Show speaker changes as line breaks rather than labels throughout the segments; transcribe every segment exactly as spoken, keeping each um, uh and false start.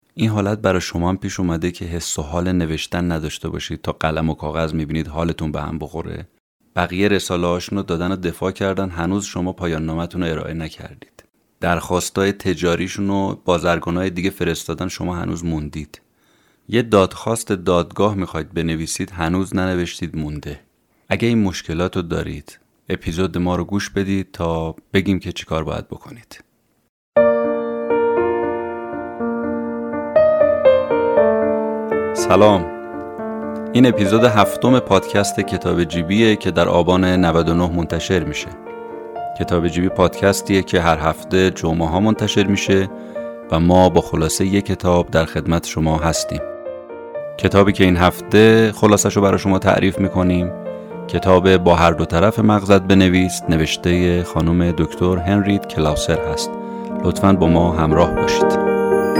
این حالت برای شما هم پیش اومده که حس و حال نوشتن نداشته باشید، تا قلم و کاغذ میبینید حالتون به هم بخوره؟ بقیه رساله هاشون رو دادن و دفاع کردن، هنوز شما پایان نامتون رو ارائه نکردید. درخواستای تجاریشون رو بازرگانای دیگه فرستادن، شما هنوز موندید. یه دادخواست دادگاه میخواید بنویسید، هنوز ننوشتید، مونده. اگه این مشکلات رو دارید، اپیزود ما رو گوش بدید تا بگیم که چیکار باید بکنید. سلام، این اپیزود هفتم پادکست کتاب جیبیه که در آبان نود و نه منتشر میشه. کتاب جیبی پادکستیه که هر هفته جمعه ها منتشر میشه و ما با خلاصه یک کتاب در خدمت شما هستیم. کتابی که این هفته خلاصش رو برای شما تعریف میکنیم کتاب با هر دو طرف مغزت بنویس، نوشته خانم دکتر هنریت کلاوسر هست. لطفاً با ما همراه باشید.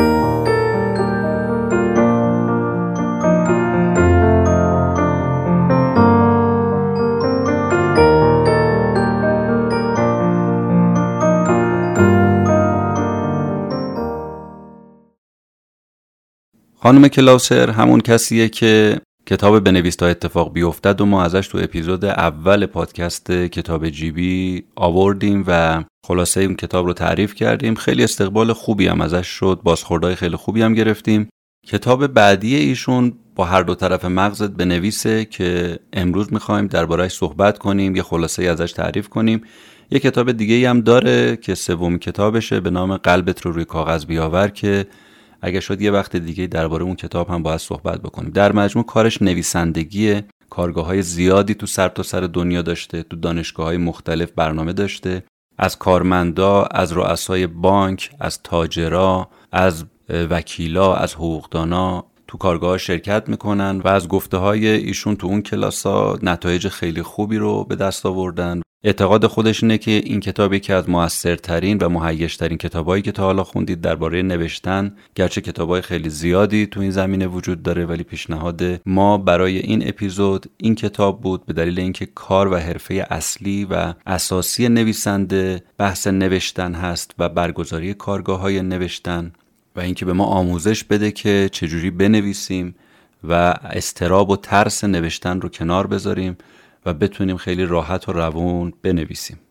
خانم کلاوسر همون کسیه که کتاب بنویس تا اتفاق بیفتد و ما ازش تو اپیزود اول پادکست کتاب جیبی آوردیم و خلاصه این کتاب رو تعریف کردیم. خیلی استقبال خوبی هم ازش شد، بازخوردهای خیلی خوبی هم گرفتیم. کتاب بعدی ایشون با هر دو طرف مغزت بنویسه که امروز میخوایم درباره‌اش صحبت کنیم، یه خلاصه ازش تعریف کنیم. یه کتاب دیگه هم داره که سومین کتابشه به نام قلبت رو روی کاغذ بیاور که اگه شد یه وقت دیگه درباره اون کتاب هم باید صحبت بکنیم. در مجموع کارش نویسندگیه، کارگاه‌های زیادی تو سر تا سر دنیا داشته، تو دانشگاه‌های مختلف برنامه داشته، از کارمندا، از رؤسای بانک، از تاجرا، از وکیلا، از حقوقدانا تو کارگاه شرکت میکنن و از گفته‌های ایشون تو اون کلاس‌ها نتایج خیلی خوبی رو به دست آوردن. اعتقاد خودش اینه که این کتاب یکی از موثرترین و مهیج‌ترین کتابایی که تا حالا خوندید درباره نوشتن، گرچه کتابای خیلی زیادی تو این زمینه وجود داره ولی پیشنهاد ما برای این اپیزود این کتاب بود، به دلیل اینکه کار و حرفه اصلی و اساسی نویسنده بحث نوشتن هست و برگزاری کارگاه‌های نوشتن و اینکه به ما آموزش بده که چجوری بنویسیم و اضطراب و ترس نوشتن رو کنار بذاریم و بتونیم خیلی راحت و روون بنویسیم.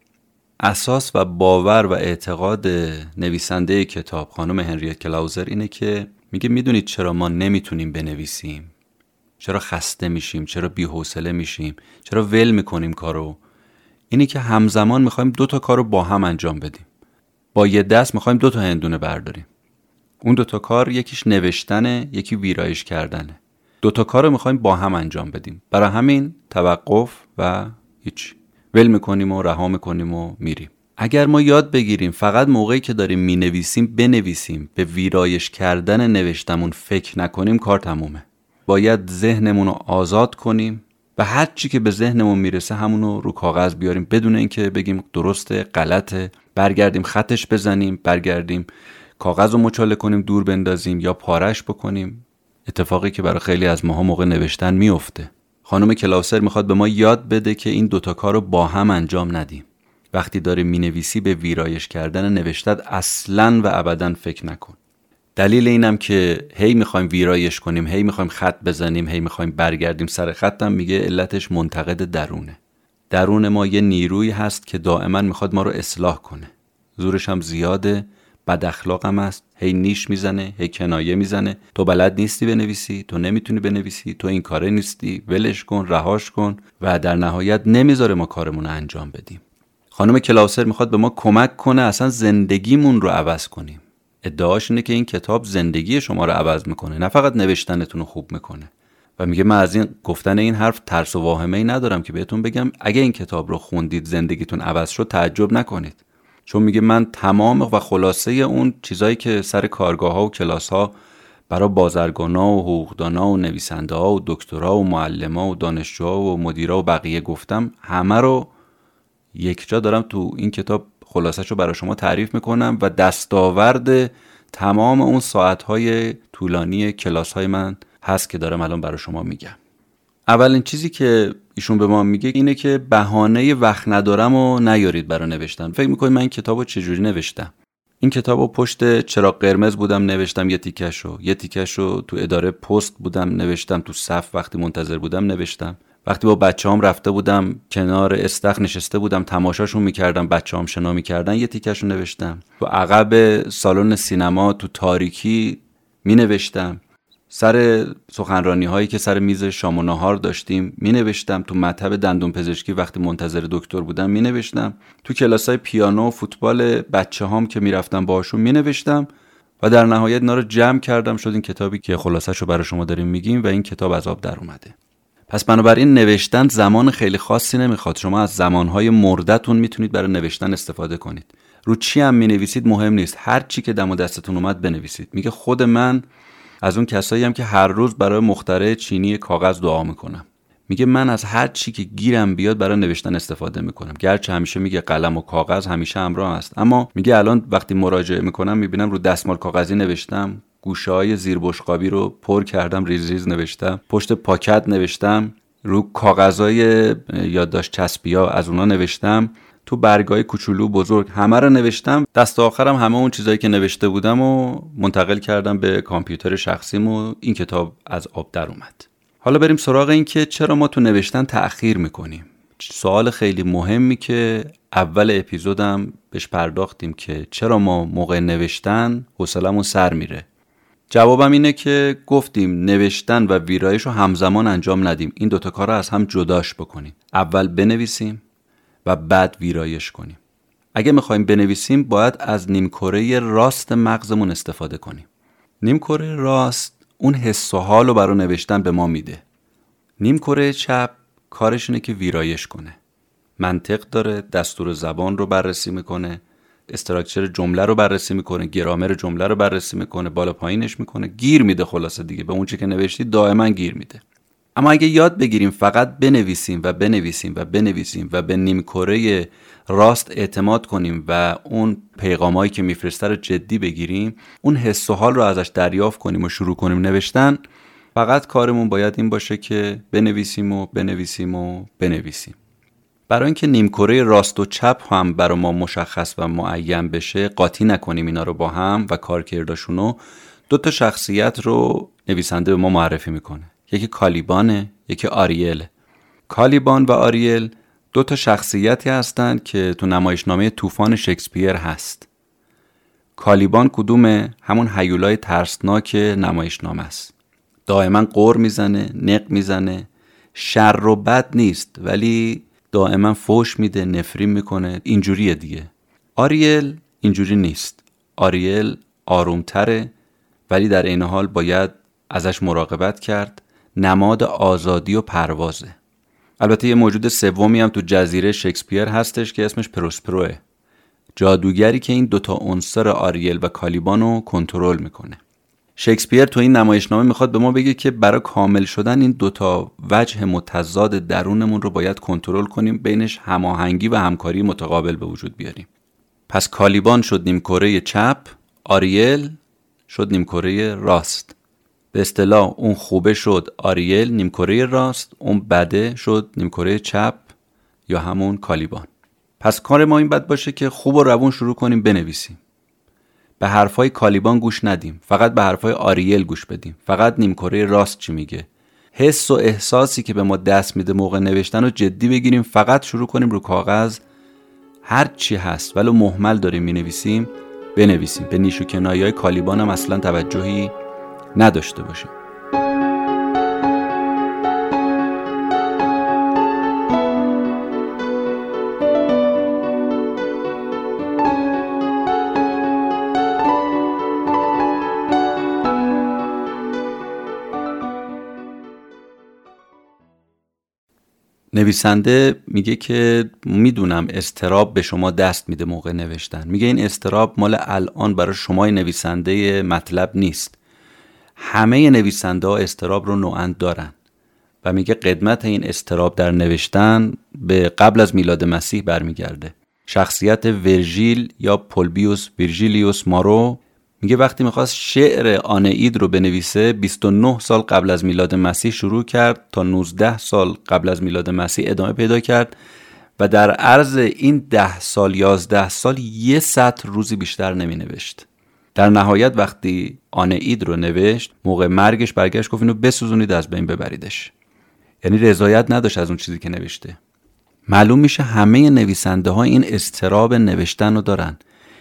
اساس و باور و اعتقاد نویسنده کتاب خانم هنریت کلاوسر اینه که میگه میدونید چرا ما نمیتونیم بنویسیم؟ چرا خسته میشیم؟ چرا بی‌حوصله میشیم؟ چرا ول میکنیم کارو؟ اینی که همزمان میخوایم دو تا کارو با هم انجام بدیم. با یه دست میخوایم دو تا هندونه برداریم. اون دو تا کار یکیش نوشتنه، یکی ویرایش کردنه. دو تا کار رو میخوایم با هم انجام بدیم. برای همین توقف و هیچ، ول میکنیم و رها میکنیم و میریم. اگر ما یاد بگیریم فقط موقعی که داریم مینویسیم بنویسیم، به ویرایش کردن نوشتمون فکر نکنیم، کار تمومه. باید ذهنمون رو آزاد کنیم و هر چی که به ذهنمون میرسه همونو رو کاغذ بیاریم بدون اینکه بگیم درسته غلطه، برگردیم خطش بزنیم، برگردیم کاغذ رو مچاله کنیم، دور بندازیم یا پارش بکنیم. اتفاقی که برای خیلی از ماها موقع نوشتن میفته. خانم کلاوسر میخواد به ما یاد بده که این دوتا کار رو با هم انجام ندیم. وقتی داری مینویسی به ویرایش کردن نوشتت اصلاً و ابداً فکر نکن. دلیل اینم که هی میخوایم ویرایش کنیم، هی میخوایم خط بزنیم، هی میخوایم برگردیم سر خطم، میگه علتش منتقد درونه. درون ما یه نیروی هست که دائما میخواد ما رو اصلاح کنه. زورش هم زیاده، بد اخلاق هم است، هی نیش میزنه، هی کنایه میزنه. تو بلد نیستی بنویسی، تو نمیتونی بنویسی، تو این کاره نیستی، ولش کن، رهاش کن و در نهایت نمیذاره ما کارمون رو انجام بدیم. خانم کلاوسر میخواد به ما کمک کنه اصلا زندگیمون رو عوض کنیم. ادعاش اینه که این کتاب زندگی شما رو عوض میکنه، نه فقط نوشتنتون رو خوب میکنه. و میگه من از این گفتن این حرف ترس و واهمه‌ای ندارم که بهتون بگم اگه این کتاب رو خوندید زندگیتون عوض شد تعجب نکنید. چون میگه من تمام و خلاصه اون چیزایی که سر کارگاه ها و کلاس ها برای بازرگانا و حقوقدانا و نویسنده ها و دکترا و معلم ها و دانشجوها و مدیرا و بقیه گفتم، همه رو یک جا دارم تو این کتاب خلاصش رو برای شما تعریف میکنم و دستاورد تمام اون ساعتهای طولانی کلاس های من هست که دارم الان برای شما میگم. اولین چیزی که ایشون به ما میگه اینه که بهانه وقت ندارم و نیارید برای نوشتن. فکر میکنید من این کتابو چجوری نوشتم؟ این کتابو پشت چراغ قرمز بودم نوشتم یه تیکشو، یه تیکشو تو اداره پست بودم نوشتم، تو صف وقتی منتظر بودم نوشتم، وقتی با بچه‌هام رفته بودم کنار استخ نشسته بودم تماشاشون میکردم، بچه‌هام شنا میکردن، یه تیکشو نوشتم. تو عقب سالن سینما تو تاریکی مینوشتم. سر سخنرانی هایی که سر میز شام و نهار داشتیم می نوشتم. تو مطب دندون پزشکی وقتی منتظر دکتر بودم می نوشتم. تو کلاسای پیانو و فوتبال بچه هام که می رفتم باشون می نوشتم و در نهایت اینا رو جمع کردم شد این کتابی که خلاصه‌شو برای شما داریم میگیم و این کتاب از آب در اومده. پس بنابراین نوشتن زمان خیلی خاصی نمیخواد. شما از زمانهای مردتون میتونید برای نوشتن استفاده کنید. رو چی هم می نویسید مهم نیست، هر چی که دم دستتون اومد بنویسید. میگه خود من از اون کسایی هم که هر روز برای مخترع چینی کاغذ دعا میکنم. میگه من از هر چی که گیرم بیاد برای نوشتن استفاده میکنم. گرچه همیشه میگه قلم و کاغذ همیشه همراه هست، اما میگه الان وقتی مراجعه میکنم میبینم رو دستمال کاغذی نوشتم، گوشه‌های زیر بشقابی رو پر کردم ریز ریز نوشتم، پشت پاکت نوشتم، رو کاغذهای یادداشت چسبیا از اونا نوشتم، تو برگای کوچولو بزرگ همه رو نوشتم. دست آخرم همه اون چیزایی که نوشته بودم و منتقل کردم به کامپیوتر شخصیم و این کتاب از آب در اومد. حالا بریم سراغ این که چرا ما تو نوشتن تأخیر میکنیم. سوال خیلی مهمی که اول اپیزودم بهش پرداختیم که چرا ما موقع نوشتن حوصله‌مون سر میره. جوابم اینه که گفتیم نوشتن و ویرایش رو همزمان انجام ندیم. این دوتا کار رو از هم جداش بکنیم. اول بنویسیم و بعد ویرایش کنیم. اگه میخوایم بنویسیم باید از نیمکره راست مغزمون استفاده کنیم. نیمکره راست اون حس و حال رو برای نوشتن به ما میده. نیمکره چپ کارش اینه که ویرایش کنه. منطق داره، دستور زبان رو بررسی میکنه، استراکچر جمله رو بررسی میکنه، گرامر جمله رو بررسی میکنه، بالا پایینش میکنه، گیر میده. خلاصه دیگه به اون چیزی که نوشتی دائما گیر میده. اما اگه یاد بگیریم فقط بنویسیم و بنویسیم و بنویسیم و به نیمکره راست اعتماد کنیم و اون پیغامایی که میفرسته رو جدی بگیریم، اون حس و حال رو ازش دریافت کنیم و شروع کنیم نوشتن، فقط کارمون باید این باشه که بنویسیم و بنویسیم و بنویسیم. برای اینکه نیمکره راست و چپ هم برای ما مشخص و معین بشه، قاطی نکنیم اینا رو با هم و کارکردشونو، دو تا شخصیت رو نویسنده به ما معرفی میکنه. یکی کالیبانه، یکی آریل. کالیبان و آریل دو تا شخصیتی هستند که تو نمایشنامه طوفان شکسپیر هست. کالیبان کدومه؟ همون هیولای ترسناک نمایشنامه است. دائما قر میزنه، نق میزنه، شر و بد نیست ولی دائما فوش میده، نفرین میکنه، اینجوریه دیگه. آریل اینجوری نیست. آریل آرومتره ولی در این حال باید ازش مراقبت کرد. نماد آزادی و پروازه. البته یه موجود سومی هم تو جزیره شکسپیر هستش که اسمش پروسپروه، جادوگری که این دوتا عنصر آریل و کالیبانو کنترل میکنه. شکسپیر تو این نمایشنامه میخواد به ما بگه که برای کامل شدن این دوتا وجه متضاد درونمون رو باید کنترل کنیم، بینش هماهنگی و همکاری متقابل به وجود بیاریم. پس کالیبان شد نیمکره چپ، آریل شد نیمکره راست. به اصطلاح اون خوبه شد آریل نیمکره راست، اون بده شد نیمکره چپ یا همون کالیبان. پس کار ما این بد باشه که خوب و روون شروع کنیم بنویسیم. به حرفای کالیبان گوش ندیم، فقط به حرفای آریل گوش بدیم. فقط نیمکره راست چی میگه، حس و احساسی که به ما دست میده موقع نوشتن رو جدی بگیریم. فقط شروع کنیم رو کاغذ هر چی هست ولو مهمل داریم مینویسیم بنویسیم. به نیش و کنایه‌های کالیبان هم اصلا توجهی نداشته باشیم. نویسنده میگه که میدونم اضطراب به شما دست میده موقع نوشتن. میگه این اضطراب مال الان برای شما نویسنده مطلب نیست. همه نویسنده ها اضطراب رو نوعاً دارن و میگه قدمت این اضطراب در نوشتن به قبل از میلاد مسیح برمیگرده. شخصیت ورژیل یا پولبیوس ویرژیلیوس مارو میگه وقتی میخواست شعر آنئید رو بنویسه بیست و نه سال قبل از میلاد مسیح شروع کرد تا نوزده سال قبل از میلاد مسیح ادامه پیدا کرد و در عرض این ده سال یازده سال یه سطر روزی بیشتر نمی نوشت. در نهایت وقتی آنئید رو نوشت موقع مرگش برگشت گفت اینو بسوزونید از بین ببریدش. یعنی رضایت نداشت از اون چیزی که نوشته. معلوم میشه همه نویسنده ها این اضطراب نوشتن رو دارن،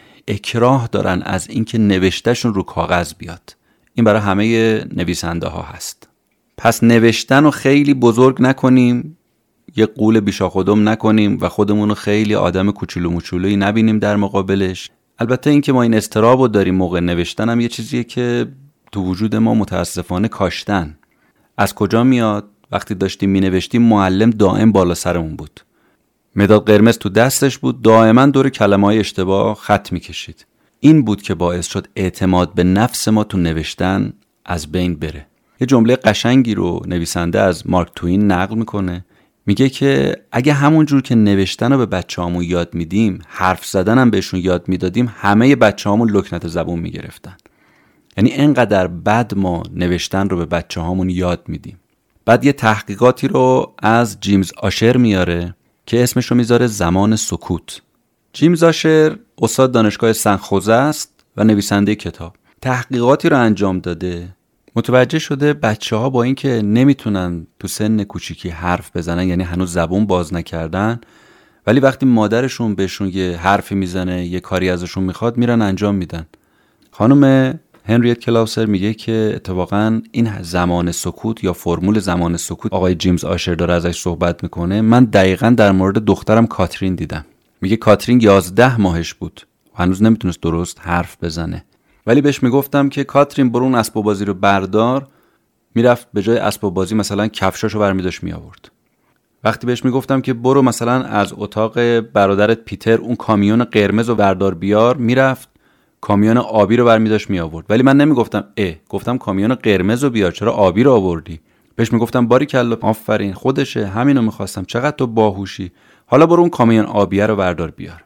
اکراه دارن از اینکه نوشتهشون رو کاغذ بیاد. این برای همه نویسنده ها هست. پس نوشتن رو خیلی بزرگ نکنیم، یه قول بیشاخودم نکنیم و خودمون رو خیلی آدم کوچولو موچولویی نبینیم در مقابلش. البته اینکه ما این اضطراب رو داریم موقع نوشتن هم یه چیزیه که تو وجود ما متاسفانه کاشتن. از کجا میاد؟ وقتی داشتیم می نوشتیم معلم دائم بالا سرمون بود، مداد قرمز تو دستش بود، دائما دور کلمه‌های اشتباه خط می‌کشید. این بود که باعث شد اعتماد به نفس ما تو نوشتن از بین بره. یه جمله قشنگی رو نویسنده از مارک توین نقل میکنه، میگه که اگه همون جور که نوشتن رو به بچه‌هامون یاد میدیم حرف زدن هم بهشون یاد میدادیم همه بچه‌هامون لکنت زبون میگرفتن. یعنی اینقدر بد ما نوشتن رو به بچه‌هامون یاد میدیم. بعد یه تحقیقاتی رو از جیمز آشر میاره که اسمش رو میذاره زمان سکوت. جیمز آشر استاد دانشگاه سن خوزه است و نویسنده کتاب. تحقیقاتی رو انجام داده، متوجه شده بچه ها با اینکه نمیتونن تو سن کوچیکی حرف بزنن، یعنی هنوز زبون باز نکردن، ولی وقتی مادرشون بهشون یه حرفی میزنه، یه کاری ازشون میخواد، میرن انجام میدن. خانم هنریت کلاوسر میگه که اتفاقا این زمان سکوت یا فرمول زمان سکوت آقای جیمز آشر داره ازش صحبت میکنه. من دقیقاً در مورد دخترم کاترین دیدم. میگه کاترین یازده ماهش بود و هنوز نمیتونست درست حرف بزنه، ولی بهش میگفتم که کاترین برو اون اسباب بازی رو بردار، میرفت به جای اسباب بازی مثلا کفشاشو برمی‌داشت میآورد. وقتی بهش میگفتم که برو مثلا از اتاق برادرت پیتر اون کامیون قرمز رو بردار بیار، میرفت کامیون آبی رو برمی‌داشت می آورد. ولی من نمیگفتم اه، گفتم کامیون قرمز رو بیار، چرا آبی رو آوردی؟ بهش میگفتم باریکلا، آفرین، خودشه، همینو میخواستم، چقدر تو باهوشی، حالا برو اون کامیون آبیه رو بردار بیار.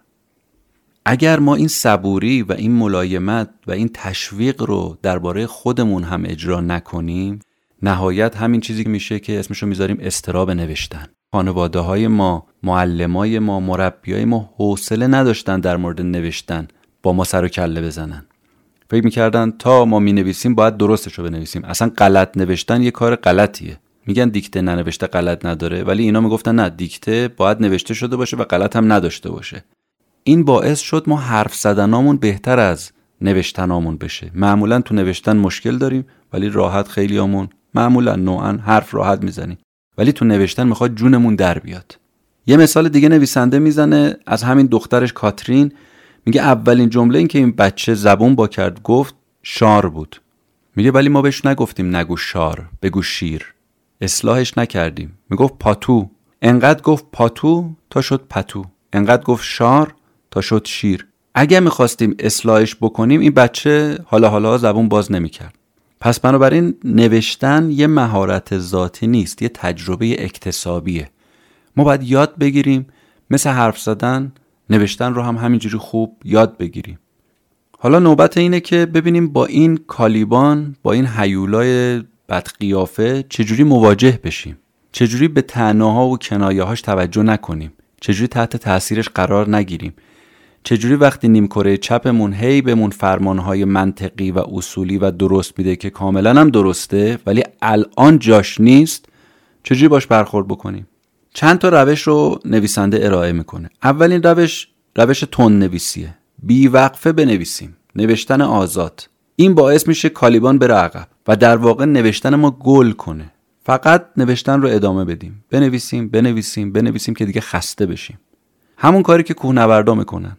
اگر ما این صبوری و این ملایمت و این تشویق رو درباره خودمون هم اجرا نکنیم، نهایت همین چیزی میشه که اسمشو میذاریم اضطراب نوشتن. خانواده‌های ما، معلمای ما، مربیای ما حوصله نداشتن در مورد نوشتن با ما سر و کله بزنن. فکر میکردن تا ما مینویسیم باید درستشو بنویسیم. اصلا غلط نوشتن یه کار غلطیه. میگن دیکته ننوشته غلط نداره، ولی اینا میگفتن نه، دیکته باید نوشته شده باشه و غلط هم نداشته باشه. این باعث شد ما حرف زدنامون بهتر از نوشتنامون بشه. معمولا تو نوشتن مشکل داریم ولی راحت خیلیامون معمولا نوعا حرف راحت میزنیم، ولی تو نوشتن میخواد جونمون در بیاد. یه مثال دیگه نویسنده میزنه از همین دخترش کاترین. میگه اولین جمله این که این بچه زبون با کرد گفت شار بود. میگه ولی ما بهش نگفتیم نگو شار، بگو شیر. اصلاحش نکردیم. میگفت پاتو. انقدر گفت پاتو تا شد پتو. انقدر گفت شار تا شد شیر. اگه میخواستیم اصلاحش بکنیم این بچه حالا حالا زبون باز نمیکرد. پس بنابراین نوشتن یه مهارت ذاتی نیست، یه تجربه اکتسابیه. ما باید یاد بگیریم مثل حرف زدن نوشتن رو هم همینجوری خوب یاد بگیریم. حالا نوبت اینه که ببینیم با این کالیبان، با این هیولای بدقیافه چجوری مواجه بشیم، چجوری به طعنه‌ها و کنایه‌هاش توجه نکنیم، چجوری تحت تاثیرش قرار نگیریم، چجوری وقتی نیم کره چپمون هی بهمون فرمانهای منطقی و اصولی و درست میده که کاملا هم درسته ولی الان جاش نیست، چجوری باش برخورد بکنیم. چند تا روش رو نویسنده ارائه میکنه. اولین روش روش تند نویسیه. بی وقفه بنویسیم، نوشتن آزاد. این باعث میشه کالیبان بره عقب و در واقع نوشتن ما گل کنه. فقط نوشتن رو ادامه بدیم، بنویسیم بنویسیم بنویسیم که دیگه خسته بشیم. همون کاری که کوهنوردا میکنن.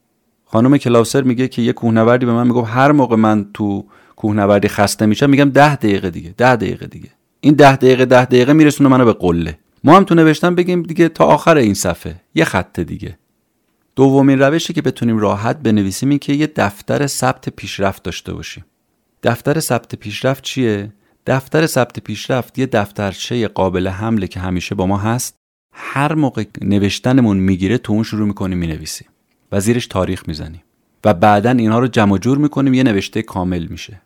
خانم کلاوسر میگه که یه کوهنوردی به من میگفت هر موقع من تو کوهنوردی خسته میشم میگم ده دقیقه دیگه، ده دقیقه دیگه. این ده دقیقه ده دقیقه میرسونه منو به قله. ما هم تو نوشتن بگیم دیگه تا آخر این صفحه، یه خط دیگه. دومین روشی که بتونیم راحت بنویسیم این که یه دفتر ثبت پیشرفت داشته باشیم. دفتر ثبت پیشرفت چیه؟ دفتر ثبت پیشرفت یه دفترچه قابل حمله که همیشه با ما هست. هر موقع نوشتنمون میگیره تو اون شروع میکنیم مینویسیم و زیرش تاریخ میزنیم و بعداً اینها رو جمع جور میکنیم، یه نوشته کامل میشه.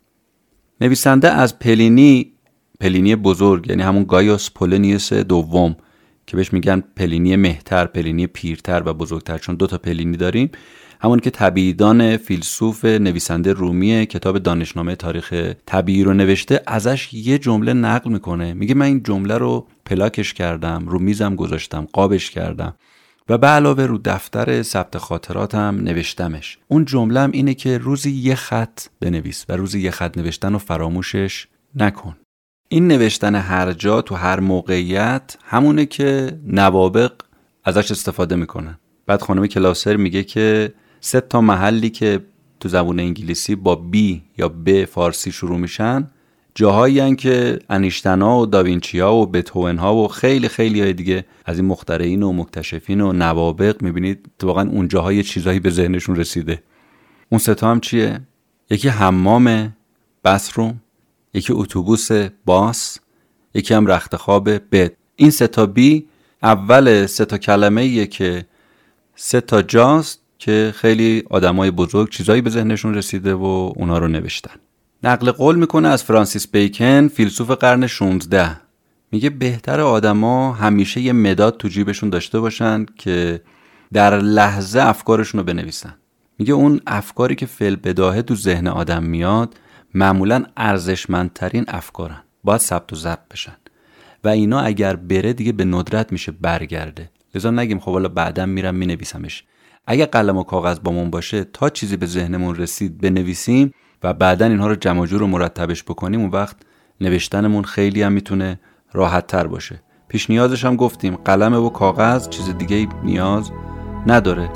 نویسنده از پلینی، پلینی بزرگ، یعنی همون گایوس پولینیوس دوم که بهش میگن پلینی مهتر، پلینی پیرتر و بزرگتر، چون دو تا پلینی داریم. همون که طبیعیدان فیلسوف نویسنده رومی کتاب دانشنامه تاریخ طبیعی رو نوشته، ازش یه جمله نقل میکنه، میگه من این جمله رو پلاکش کردم، رو میزم گذاشتم، قابش کردم و به علاوه رو دفتر ثبت خاطراتم نوشتمش. اون جمله هم اینه که روزی یه خط بنویس و روزی یه خط نوشتن رو فراموشش نکن. این نوشتن هر جا تو هر موقعیت همونه که نوابغ ازش استفاده میکنن. بعد خانم کلاسر میگه که سه تا محلی که تو زبان انگلیسی با بی یا ب فارسی شروع میشن جاهایی هن که انیشتنا و داوینچیا و بتهوون ها و خیلی خیلی های دیگه از این مخترعین و مکتشفین و نوابغ میبینید واقعا اون جاهای چیزایی به ذهنشون رسیده. اون سه تا هم چیه؟ یکی حمام بثروم، یکی اتوبوس باس، یکی هم رخت خواب بد. این سه تا بی اول سه تا کلمه ایه که سه تا جاست که خیلی آدمای بزرگ چیزایی به ذهنشون رسیده و اونا رو نوشتن. نقل قول میکنه از فرانسیس بیکن، فیلسوف قرن شانزده. میگه بهتر آدما همیشه یه مداد تو جیبشون داشته باشن که در لحظه افکارشون رو بنویسن. میگه اون افکاری که فعل بداهه تو ذهن آدم میاد معمولاً ارزشمندترین افکارن، باید ثبت و ضبط بشن و اینا اگر بره دیگه به ندرت میشه برگرده. لذا نگیم خب حالا بعداً میرم مینویسمش. اگه قلم و کاغذ بامون باشه تا چیزی به ذهنمون رسید بنویسیم و بعداً اینها رو جمع و جور و مرتبش بکنیم، اون وقت نوشتنمون خیلی هم میتونه راحت تر باشه. پیش نیازش هم گفتیم قلم و کاغذ، چیز دیگه نیاز نداره.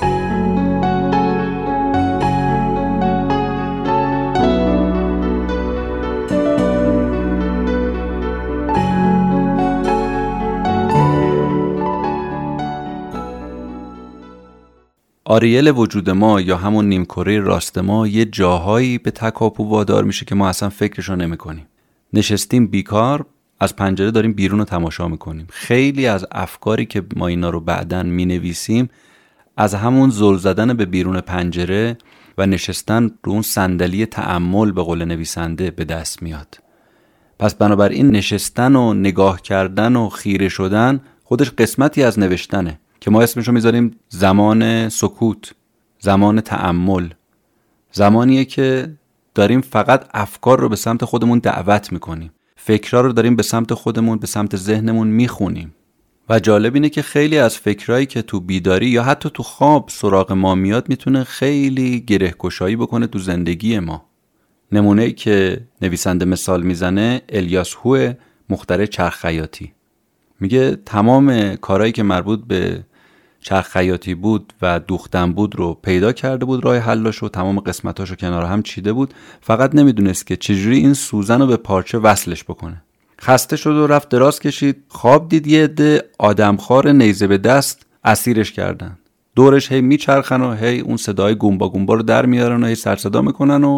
آریل وجود ما یا همون نیمکره راست ما یه جاهایی به تکاپو وادار میشه که ما اصلا فکرشو نمی کنیم. نشستیم بیکار، از پنجره داریم بیرون رو تماشا میکنیم. خیلی از افکاری که ما اینا رو بعدن می نویسیم از همون زل زدن به بیرون پنجره و نشستن رو اون صندلی تأمل به قول نویسنده به دست میاد. پس بنابراین نشستن و نگاه کردن و خیره شدن خودش قسمتی از نوشتنه که ما اسمشو میذاریم زمان سکوت، زمان تأمل. زمانیه که داریم فقط افکار رو به سمت خودمون دعوت میکنیم، فکرها رو داریم به سمت خودمون، به سمت ذهنمون میخونیم. و جالب اینه که خیلی از فکرهایی که تو بیداری یا حتی تو خواب سراغ ما میاد میتونه خیلی گره‌گشایی بکنه تو زندگی ما. نمونه‌ای که نویسنده مثال میزنه الیاس هو، مخترع چرخ خیاطی. میگه تمام کارهایی که مربوط به چرخ خیاطی بود و دوختن بود رو پیدا کرده بود، راه حلاشو، تمام قسمتاشو کنار هم چیده بود، فقط نمیدونست که چجوری این سوزن رو به پارچه وصلش بکنه. خسته شد و رفت دراز کشید، خواب دید یه عده آدمخوار نیزه به دست اسیرش کردن. دورش هی میچرخن و هی اون صدای گومبا گومبا رو در میارن و هی سر صدا میکنن و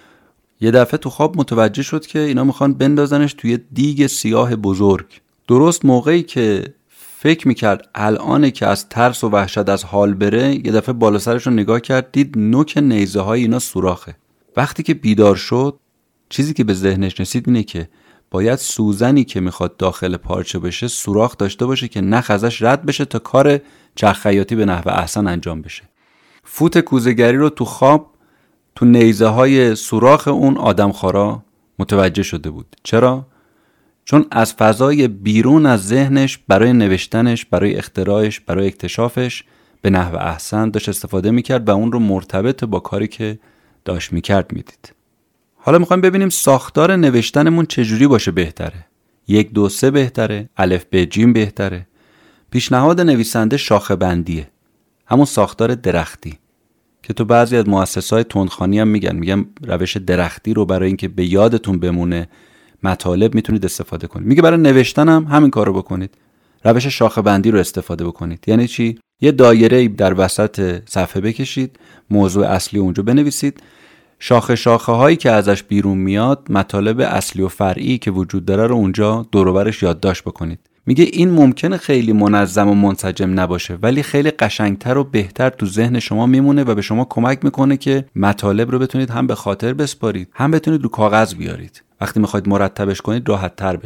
یه دفعه تو خواب متوجه شد که اینا میخوان بندازنش توی دیگ سیاه بزرگ. درست موقعی که فکر میکرد الانه که از ترس و وحشت از حال بره، یه دفعه بالا سرش رو نگاه کرد، دید نوک نیزه های اینا سوراخه. وقتی که بیدار شد چیزی که به ذهنش رسید اینه که باید سوزنی که میخواد داخل پارچه بشه سوراخ داشته باشه که نخ ازش رد بشه تا کار چرخ خیاطی به نحو احسن انجام بشه. فوت کوزه‌گری رو تو خواب تو نیزه های سوراخ اون آدمخوارا متوجه شده بود. چرا؟ چون از فضای بیرون از ذهنش برای نوشتنش، برای اختراعش، برای اکتشافش به نحو احسن داشت استفاده میکرد و اون رو مرتبط با کاری که داشت میکرد میدید. حالا میخوایم ببینیم ساختار نوشتنمون چجوری باشه بهتره. یک دو سه بهتره، الف ب جیم بهتره. پیشنهاد نویسنده شاخه بندیه، همون ساختار درختی که تو بعضی از مؤسسات تندخوانی هم میگن میگن روش درختی رو برای اینکه به یادتون بمونه مطالب میتونید استفاده کنید. میگه برای نوشتن هم همین کارو بکنید، روش شاخه بندی رو استفاده بکنید. یعنی چی؟ یه دایره در وسط صفحه بکشید، موضوع اصلی اونجا بنویسید، شاخه شاخه هایی که ازش بیرون میاد مطالب اصلی و فرعی که وجود داره رو اونجا دور و برش یادداشت بکنید. میگه این ممکنه خیلی منظم و منسجم نباشه ولی خیلی قشنگتر و بهتر تو ذهن شما میمونه و به شما کمک میکنه که مطالب رو بتونید هم به خاطر بسپارید هم بتونید رو کاغذ بیارید. وقتی میخواید مرتبش کنید راحت تر بشه.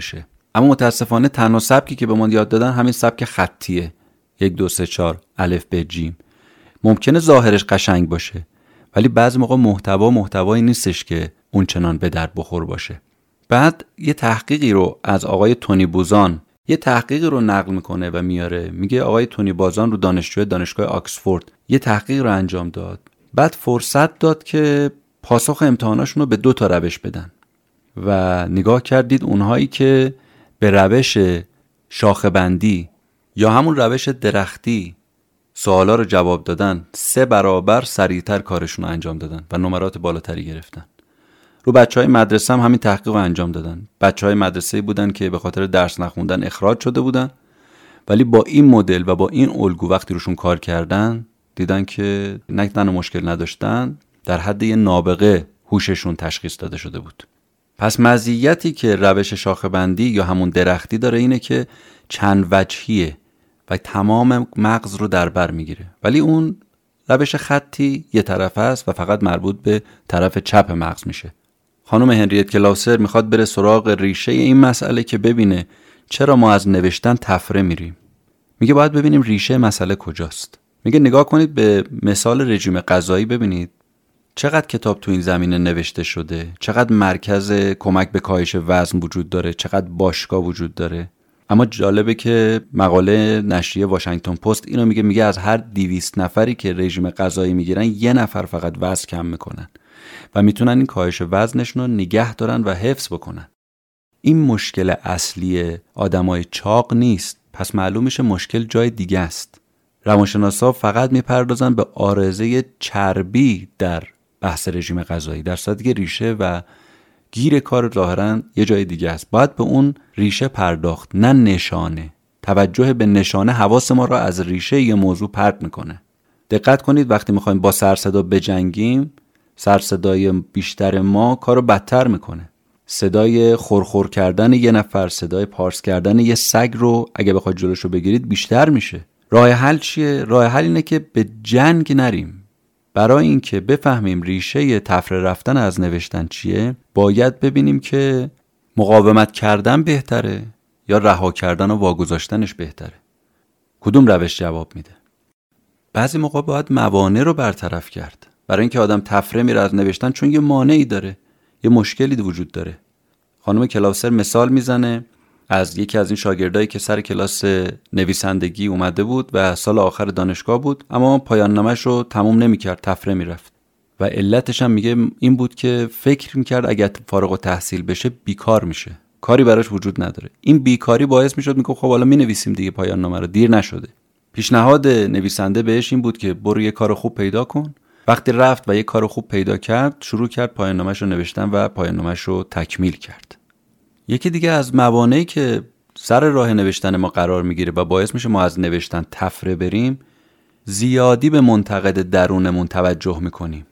اما متاسفانه تنها سبکی که به ما یاد دادن همین سبک خطیه، یک دو سه چهار الف ب جیم. ممکنه ظاهرش قشنگ باشه ولی بعضی موقع محتوا محتوایی نیستش که اون چنان به درد بخور باشه. بعد یه تحقیقی رو از آقای تونی بوزان یه تحقیقی رو نقل میکنه و میاره، میگه آقای تونی بوزان رو دانشجوی دانشگاه آکسفورد یه تحقیق رو انجام داد، بعد فرصت داد که پاسخ امتحاناشون رو به دو تا روش بدن و نگاه کردید اونهایی که به روش شاخه بندی یا همون روش درختی سوالا رو جواب دادن سه برابر سریعتر کارشون رو انجام دادن و نمرات بالاتری گرفتن. رو بچهای مدرسه هم همین تحقیق رو انجام دادن. بچهای مدرسه‌ای بودن که به خاطر درس نخوندن اخراج شده بودن، ولی با این مدل و با این الگو وقتی روشون کار کردن دیدن که نه تنها مشکل نداشتن، در حد یه نابغه هوششون تشخیص داده شده بود. پس مزیتی که روش شاخه بندی یا همون درختی داره اینه که چند وجهیه و تمام مغز رو در بر میگیره، ولی اون روش خطی یه طرفه است و فقط مربوط به طرف چپ مغز میشه. خانم هنریت کلاوسر میخواد بره سراغ ریشه این مسئله که ببینه چرا ما از نوشتن تفره میریم. میگه باید ببینیم ریشه مسئله کجاست. میگه نگاه کنید به مثال رژیم غذایی، ببینید چقدر کتاب تو این زمینه نوشته شده، چقدر مرکز کمک به کاهش وزن وجود داره، چقدر باشگاه وجود داره. اما جالبه که مقاله نشریه واشنگتن پست اینو میگه، میگه از هر دویست نفری که رژیم غذایی میگیرن یه نفر فقط وزن کم میکنن و میتونن این کاهش وزنشون رو نگه دارن و حفظ بکنن. این مشکل اصلی آدمای چاق نیست، پس معلوم میشه مشکل جای دیگه است. روانشناسا فقط میپردازن به عارضه چربی در بحث رژیم غذایی، در صورتی که ریشه و گیر کار ظاهرا یه جای دیگه است. باید به اون ریشه پرداخت، نه نشانه. توجه به نشانه حواس ما را از ریشه یه موضوع پرت میکنه. دقت کنید وقتی میخوایم با سرصدا بجنگیم، سرصدای بیشتر ما کارو بدتر میکنه. صدای خورخور کردن یه نفر، صدای پارس کردن یه سگ رو اگه بخواید جلوشو بگیرید بیشتر میشه. راه حل چیه؟ راه حل اینه که به جنگ نریم. برای اینکه بفهمیم ریشه تفره رفتن از نوشتن چیه، باید ببینیم که مقاومت کردن بهتره یا رها کردن و واگذاشتنش بهتره. کدوم روش جواب میده؟ بعضی موقع باید موانع رو برطرف کرد. برای اینکه آدم تفره میره از نوشتن چون یه مانعی داره، یه مشکلی وجود داره. خانم کلاوسر مثال میزنه از یکی از این شاگردایی که سر کلاس نویسندگی اومده بود و سال آخر دانشگاه بود، اما پایان نامش رو تموم نمی‌کرد، تفره میرفت و علتش هم میگه این بود که فکر می‌کرد اگه فارغ التحصیل بشه بیکار میشه، کاری براش وجود نداره. این بیکاری باعث میشد میگه خب حالا مینویسیم دیگه پایان نامه رو، دیر نشده. پیشنهاد نویسنده بهش این بود که برو یه کار خوب پیدا کن. وقتی رفت و یه کار خوب پیدا کرد، شروع کرد پایان نامه‌ش رو نوشتن و پایان نامه‌ش رو تکمیل کرد. یکی دیگه از موانعی که سر راه نوشتن ما قرار میگیره و باعث میشه ما از نوشتن تفره بریم، زیادی به منتقد درونمون توجه میکنیم.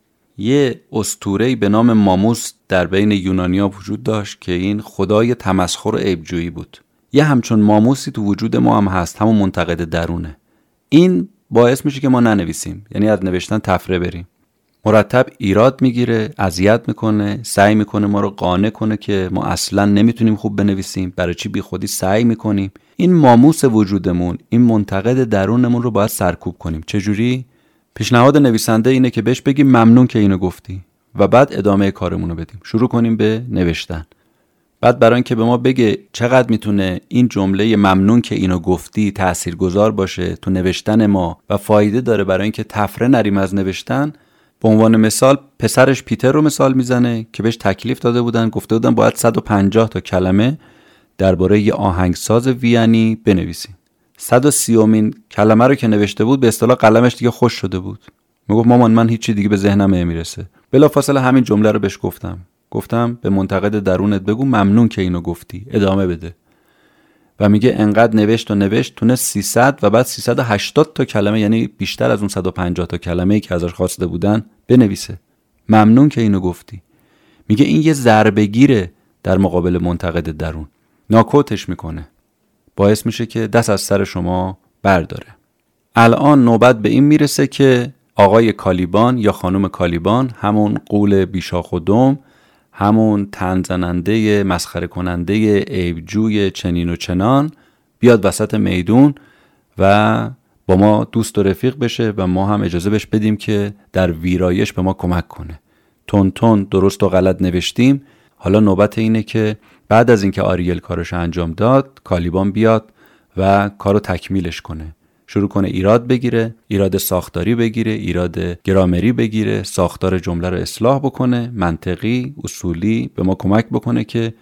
یه اسطوره‌ای به نام ماموس در بین یونانیا وجود داشت که این خدای تمسخر و عیبجویی بود. یه همچون ماموسی تو وجود ما هم هست، همون منتقد درونه. این باعث میشه که ما ننویسیم، یعنی از نوشتن تفره بریم. مرتب ایراد میگیره، اذیت میکنه، سعی میکنه ما رو قانع کنه که ما اصلا نمیتونیم خوب بنویسیم، برای چی بی خودی سعی میکنیم. این ماموس وجودمون، این منتقد درونمون رو باید سرکوب کنیم. چجوری؟ پیشنهاد نویسنده اینه که بهش بگیم ممنون که اینو گفتی و بعد ادامه کارمون رو بدیم، شروع کنیم به نوشتن. بعد برای اینکه به ما بگه چقدر میتونه این جمله ممنون که اینو گفتی تاثیرگذار باشه تو نوشتن ما و فایده داره برای اینکه تفره نریم از نوشتن، به عنوان مثال پسرش پیتر رو مثال میزنه که بهش تکلیف داده بودن، گفته بودن باید صد و پنجاه تا کلمه درباره یه آهنگساز وینی بنویسین. صد و سی کلمه رو که نوشته بود به اصطلاح قلمش دیگه خوش شده بود. میگفت مامان من هیچی دیگه به ذهنم نمیرسه. بلافاصله همین جمله رو بهش گفتم. گفتم به منتقد درونت بگو ممنون که اینو گفتی، ادامه بده. و میگه انقدر نوشت و نوشت تونه سیصد و بعد سیصد و هشتاد تا کلمه، یعنی بیشتر از اون صد و پنجاه تا کلمه‌ای که ازش خواسته بودن بنویسه. ممنون که اینو گفتی. میگه این یه ضربه‌گیره در مقابل منتقد درون. ناکوتش میکنه. باعث میشه که دست از سر شما برداره. الان نوبت به این میرسه که آقای کالیبان یا خانم کالیبان، همون غول بیشاخ و دم، همون تنزننده مسخره کننده عیبجوی چنین و چنان بیاد وسط میدون و با ما دوست و رفیق بشه و ما هم اجازه بهش بدیم که در ویرایش به ما کمک کنه. تون تون درست و غلط نوشتیم، حالا نوبت اینه که بعد از اینکه آریل کارش انجام داد، کالیبان بیاد و کارو تکمیلش کنه، شروع کنه ایراد بگیره، ایراد ساختاری بگیره، ایراد گرامری بگیره، ساختار جمله رو اصلاح بکنه، منطقی، اصولی به ما کمک بکنه که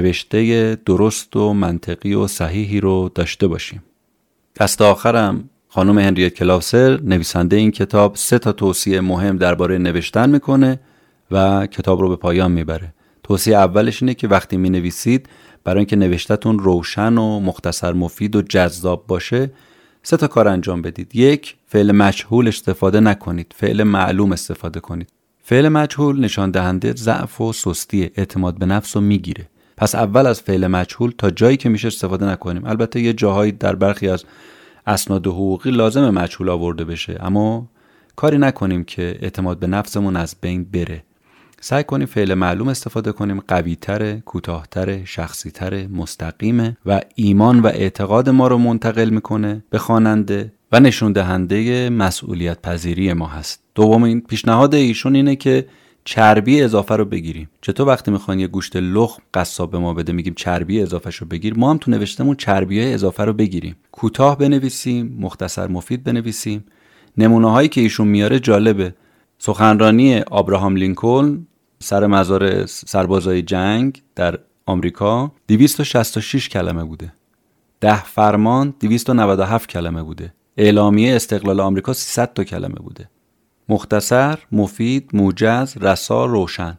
نوشته درست و منطقی و صحیحی رو داشته باشیم. دست آخرم خانم هنریت کلاوسر نویسنده این کتاب سه تا توصیه مهم درباره نوشتن میکنه و کتاب رو به پایان میبره. توصیه اولش اینه که وقتی مینویسید برای اینکه نوشتتون روشن و مختصر مفید و جذاب باشه سه تا کار انجام بدید. یک، فعل مجهول استفاده نکنید، فعل معلوم استفاده کنید. فعل مجهول نشان دهنده ضعف و سستی اعتماد به نفس رو میگیره. پس اول از فعل مجهول تا جایی که میشه استفاده نکنیم. البته یه جاهایی در برخی از اسناد حقوقی لازم مجهول آورده بشه، اما کاری نکنیم که اعتماد به نفسمون از بین بره. سعی کنیم فعل معلوم استفاده کنیم، قوی‌تره، کوتاه‌تره، شخصی‌تره، مستقیمه و ایمان و اعتقاد ما رو منتقل میکنه به خواننده و نشون دهنده مسئولیت پذیری ما هست. دومین پیشنهاد ایشون اینه که چربی اضافه رو بگیریم. چطور وقتی میخواین یه گوشت لخم قصاب به ما بده میگیم چربی اضافه شو بگیر، ما هم تو نوشتمون چربیای اضافه رو بگیریم. کوتاه بنویسیم، مختصر مفید بنویسیم. نمونه هایی که ایشون میاره جالبه. سخنرانی آبراهام لینکلن سر مزار سربازای جنگ در آمریکا دویست و شصت و شش کلمه بوده. ده فرمان دویست و نود و هفت کلمه بوده. اعلامیه استقلال آمریکا سیصد تا کلمه بوده. مختصر، مفید، موجز، رسا، روشن.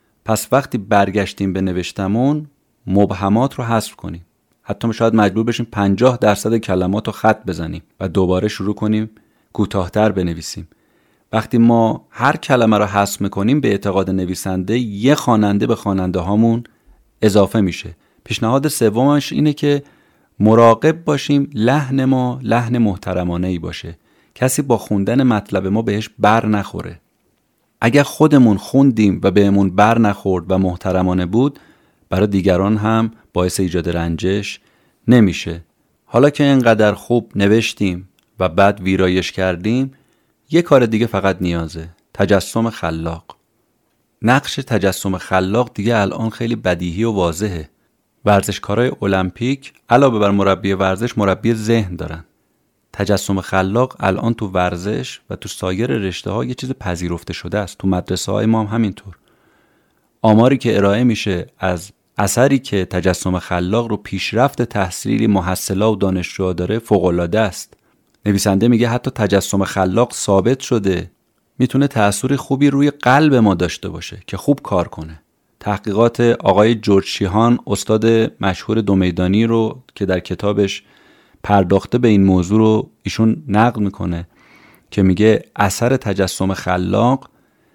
پس وقتی برگشتیم به نوشتمون مبهمات رو حذف کنیم. حتی شاید مجبور بشیم پنجاه درصد کلمات رو خط بزنیم و دوباره شروع کنیم کوتاه‌تر بنویسیم. وقتی ما هر کلمه رو حذف میکنیم به اعتقاد نویسنده یه خواننده به خواننده هامون اضافه میشه. پیشنهاد سومش اینه که مراقب باشیم لحن ما لحن محترمانه‌ای باشه. کسی با خوندن مطلب ما بهش بر نخوره. اگر خودمون خوندیم و بهمون بر نخورد و محترمانه بود، برای دیگران هم باعث ایجاد رنجش نمیشه. حالا که اینقدر خوب نوشتیم و بعد ویرایش کردیم، یه کار دیگه فقط نیازه، تجسم خلاق. نقش تجسم خلاق دیگه الان خیلی بدیهی و واضحه. ورزشکارای المپیک علاوه بر مربی ورزش مربی ذهن دارن. تجسم خلاق الان تو ورزش و تو سایر رشته ها یه چیز پذیرفته شده است. تو مدرسه های ما هم همینطور. آماری که ارائه میشه از اثری که تجسم خلاق رو پیشرفت تحصیلی محصلا و دانشجوها داره فوق‌العاده است. نویسنده میگه حتی تجسم خلاق ثابت شده میتونه تأثیر خوبی روی قلب ما داشته باشه که خوب کار کنه. تحقیقات آقای جورج شیهان استاد مشهور دو میدانی رو که در کتابش پرداخته به این موضوع رو ایشون نقل میکنه که میگه اثر تجسم خلاق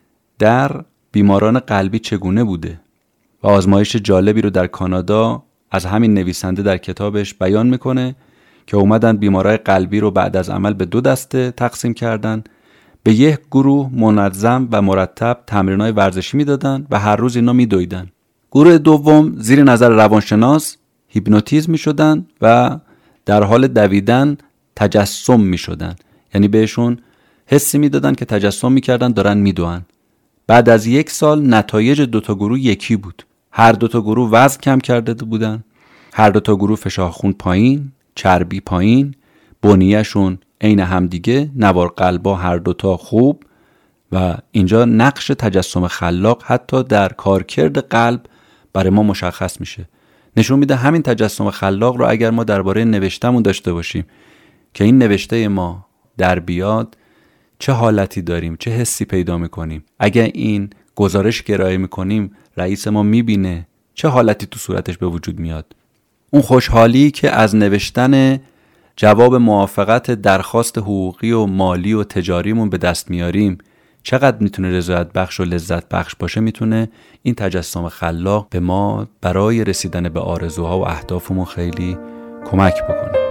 در بیماران قلبی چگونه بوده و آزمایش جالبی رو در کانادا از همین نویسنده در کتابش بیان میکنه که اومدن بیمارای قلبی رو بعد از عمل به دو دسته تقسیم کردن. به یک گروه منظم و مرتب تمرینای ورزشی میدادن و هر روز اینا میدویدن. گروه دوم زیر نظر روانشناس هیپنوتیزم میشدن و در حال دویدن تجسم میشدن، یعنی بهشون حسی میدادن که تجسم میکردن دارن میدوئن. بعد از یک سال نتایج دوتا گروه یکی بود. هر دوتا گروه وزن کم کرده بودن، هر دوتا گروه فشار خون پایین، چربی پایین، بنیه‌شون عین همدیگه، نوار قلبا هر دوتا خوب. و اینجا نقش تجسم خلاق حتی در کارکرد قلب برای ما مشخص میشه. نشون میده همین تجسم خلاق رو اگر ما درباره نوشتمون داشته باشیم که این نوشته ما در بیاد چه حالتی داریم، چه حسی پیدا میکنیم. اگر این گزارش گرایی میکنیم رئیس ما میبینه چه حالتی تو صورتش به وجود میاد. اون خوشحالی که از نوشتن جواب موافقت درخواست حقوقی و مالی و تجاریمون به دست میاریم چقدر میتونه رضایت بخش و لذت بخش باشه. میتونه این تجسم خلاق به ما برای رسیدن به آرزوها و اهدافمون خیلی کمک بکنه.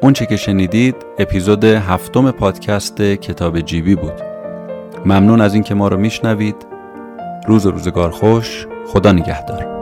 اون چه که شنیدید اپیزود هفتم پادکست کتاب جیبی بود. ممنون از این که ما رو میشنوید. روز و روزگار خوش. خدا نگهدار.